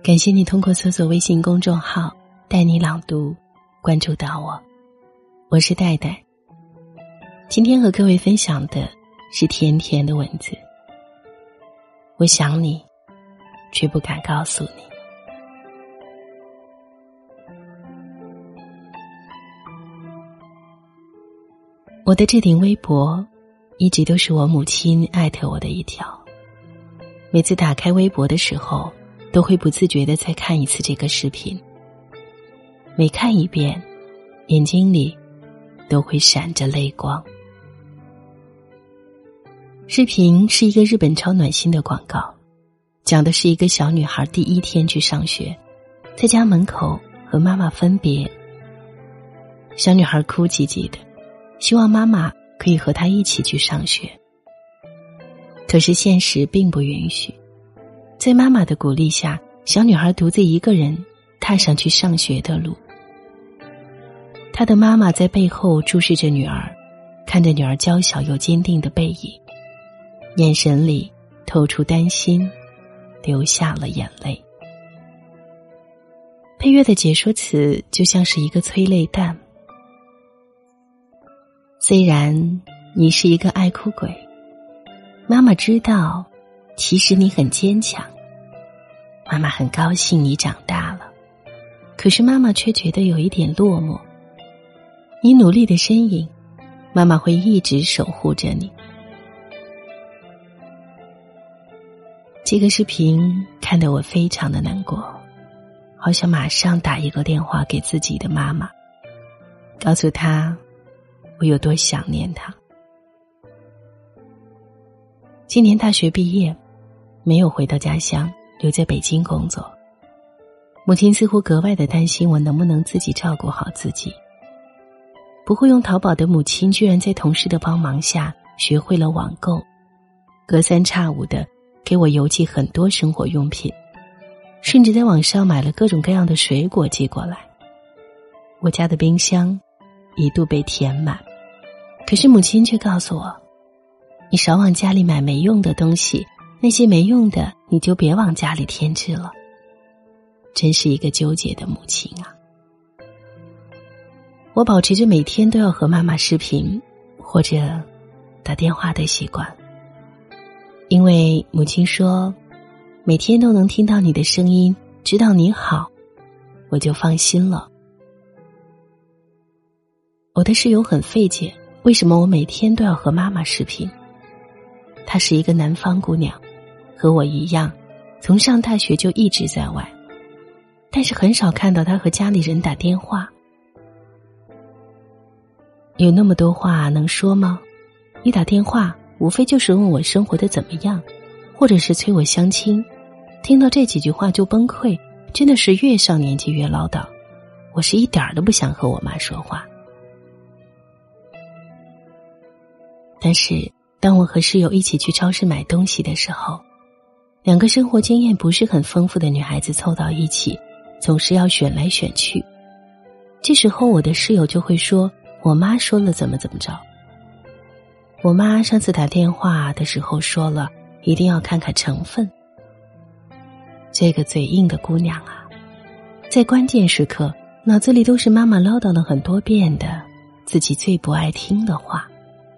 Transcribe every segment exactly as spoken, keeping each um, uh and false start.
感谢你通过搜索微信公众号带你朗读关注到我，我是戴戴。今天和各位分享的是甜甜的文字。我想你，却不敢告诉你。我的置顶微博一直都是我母亲艾特我的一条，每次打开微博的时候都会不自觉地再看一次这个视频，每看一遍眼睛里都会闪着泪光。视频是一个日本超暖心的广告，讲的是一个小女孩第一天去上学，在家门口和妈妈分别。小女孩哭唧唧的，希望妈妈可以和她一起去上学。可是现实并不允许，在妈妈的鼓励下，小女孩独自一个人踏上去上学的路。她的妈妈在背后注视着女儿，看着女儿娇小又坚定的背影，眼神里透出担心，流下了眼泪。配乐的解说词就像是一个催泪弹。虽然你是一个爱哭鬼，妈妈知道其实你很坚强，妈妈很高兴你长大了，可是妈妈却觉得有一点落寞。你努力的身影，妈妈会一直守护着你。这个视频看得我非常的难过，好想马上打一个电话给自己的妈妈，告诉她我有多想念她。今年大学毕业，没有回到家乡，留在北京工作。母亲似乎格外的担心我能不能自己照顾好自己。不会用淘宝的母亲居然在同事的帮忙下学会了网购，隔三差五的给我邮寄很多生活用品，甚至在网上买了各种各样的水果寄过来。我家的冰箱一度被填满，可是母亲却告诉我，你少往家里买没用的东西，那些没用的你就别往家里添置了。真是一个纠结的母亲啊。我保持着每天都要和妈妈视频或者打电话的习惯，因为母亲说每天都能听到你的声音，知道你好，我就放心了。我的室友很费解，为什么我每天都要和妈妈视频？她是一个南方姑娘，和我一样，从上大学就一直在外，但是很少看到她和家里人打电话。有那么多话能说吗？你打电话无非就是问我生活的怎么样，或者是催我相亲，听到这几句话就崩溃，真的是越上年纪越唠叨。我是一点儿都不想和我妈说话。但是当我和室友一起去超市买东西的时候，两个生活经验不是很丰富的女孩子凑到一起，总是要选来选去。这时候我的室友就会说，我妈说了怎么怎么着。我妈上次打电话的时候说了，一定要看看成分。这个嘴硬的姑娘啊，在关键时刻脑子里都是妈妈唠叨了很多遍的自己最不爱听的话。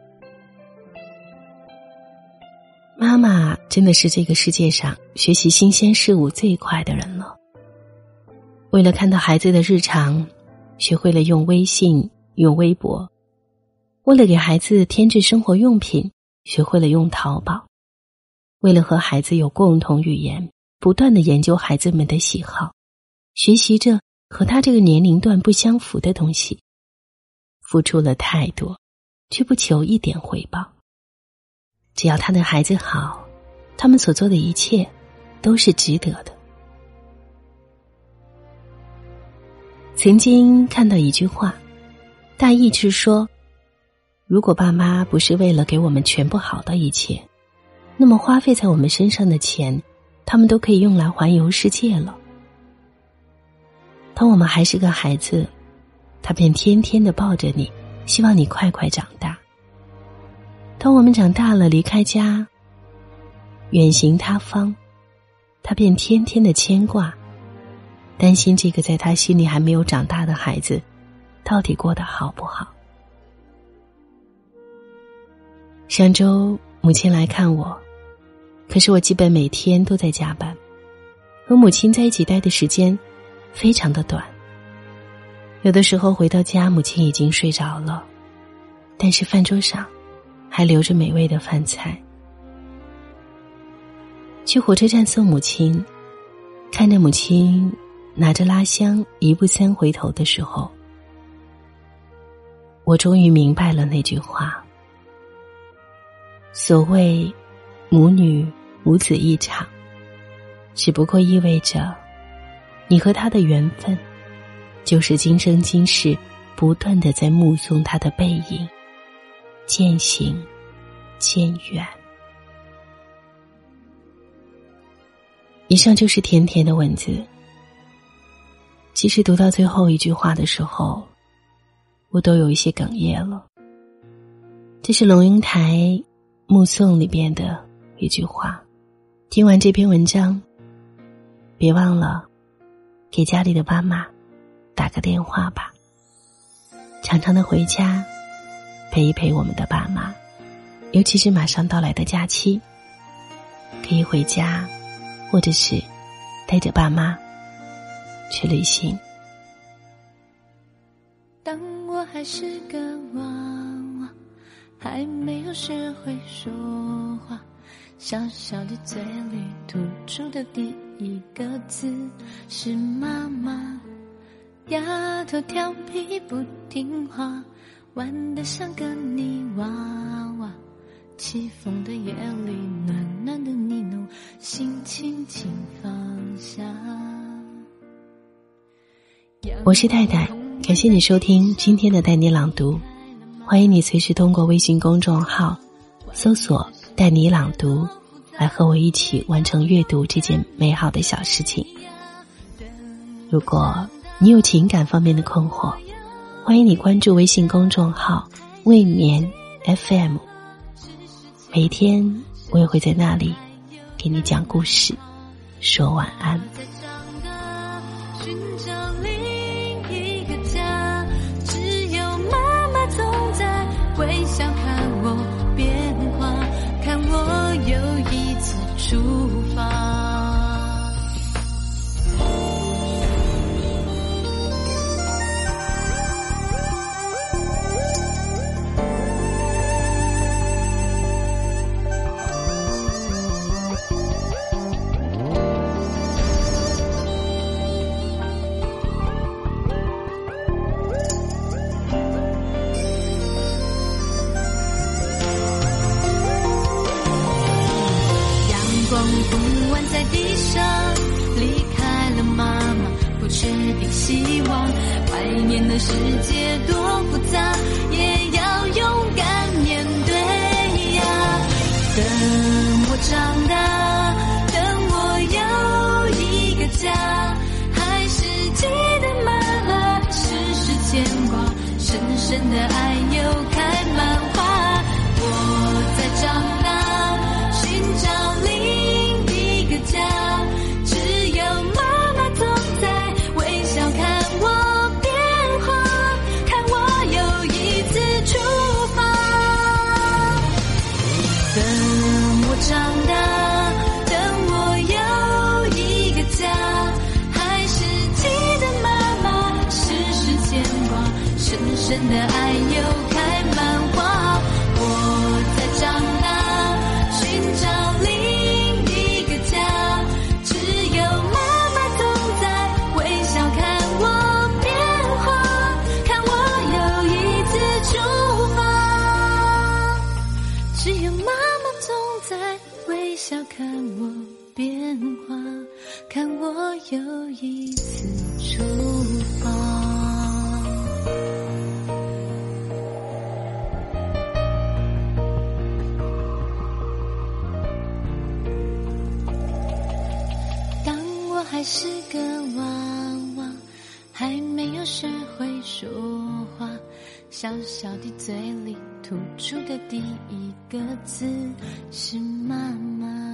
妈妈真的是这个世界上学习新鲜事物最快的人了。为了看到孩子的日常，学会了用微信用微博，为了给孩子添置生活用品，学会了用淘宝，为了和孩子有共同语言，不断地研究孩子们的喜好，学习着和他这个年龄段不相符的东西，付出了太多，却不求一点回报。只要他的孩子好，他们所做的一切都是值得的。曾经看到一句话，大意是说，如果爸妈不是为了给我们全部好的一切，那么花费在我们身上的钱，他们都可以用来环游世界了。当我们还是个孩子，他便天天地抱着你，希望你快快长大。当我们长大了，离开家，远行他方，他便天天地牵挂， 担心这个在他心里还没有长大的孩子到底过得好不好。上周母亲来看我，可是我基本每天都在加班，和母亲在一起待的时间非常的短。有的时候回到家，母亲已经睡着了，但是饭桌上还留着美味的饭菜。去火车站送母亲，看着母亲拿着拉箱一步三回头的时候，我终于明白了那句话，所谓母女母子一场，只不过意味着你和他的缘分就是今生今世不断地在目送他的背影渐行渐远。以上就是甜甜的文字。其实读到最后一句话的时候，我都有一些哽咽了。这是龙应台目送里边的一句话。听完这篇文章，别忘了给家里的妈妈打个电话吧，常常的回家陪一陪我们的爸妈，尤其是马上到来的假期，可以回家，或者是带着爸妈去旅行。 当我还是个娃娃，还没有学会说话，小小的嘴里吐出的第一个字是妈妈。丫头调皮不听话，玩得像个泥娃娃，起风的夜里暖暖的呢喃，心轻轻放下。 我是太太，感谢你收听今天的带你朗读，欢迎你随时通过微信公众号搜索带你朗读，来和我一起完成阅读这件美好的小事情。如果你有情感方面的困惑，欢迎你关注微信公众号未眠 F M， 每一天我也会在那里给你讲故事，说晚安。 寻找另一个家，只有妈妈总在微笑看我变化，看我又一次出发。光不完在地上，离开了妈妈，不确定希望，外面的世界多复杂，也要勇敢面对呀。等我长大，等我有一个家，还是记得妈妈时时牵挂，深深的爱又开满花。我在长大，寻找另一个家，只有妈妈总在微笑看我变化，看我又一次出发。等我长大，等我有一个家，还是记得妈妈时时牵挂，深深的爱又开满花。我在长大，寻找另一个家，只有妈妈总在微笑看我变化，看我又一次出发。只有妈妈总在微笑看我变化，看我又一次出发。还是个娃娃，还没有学会说话，小小的嘴里吐出的第一个字是妈妈。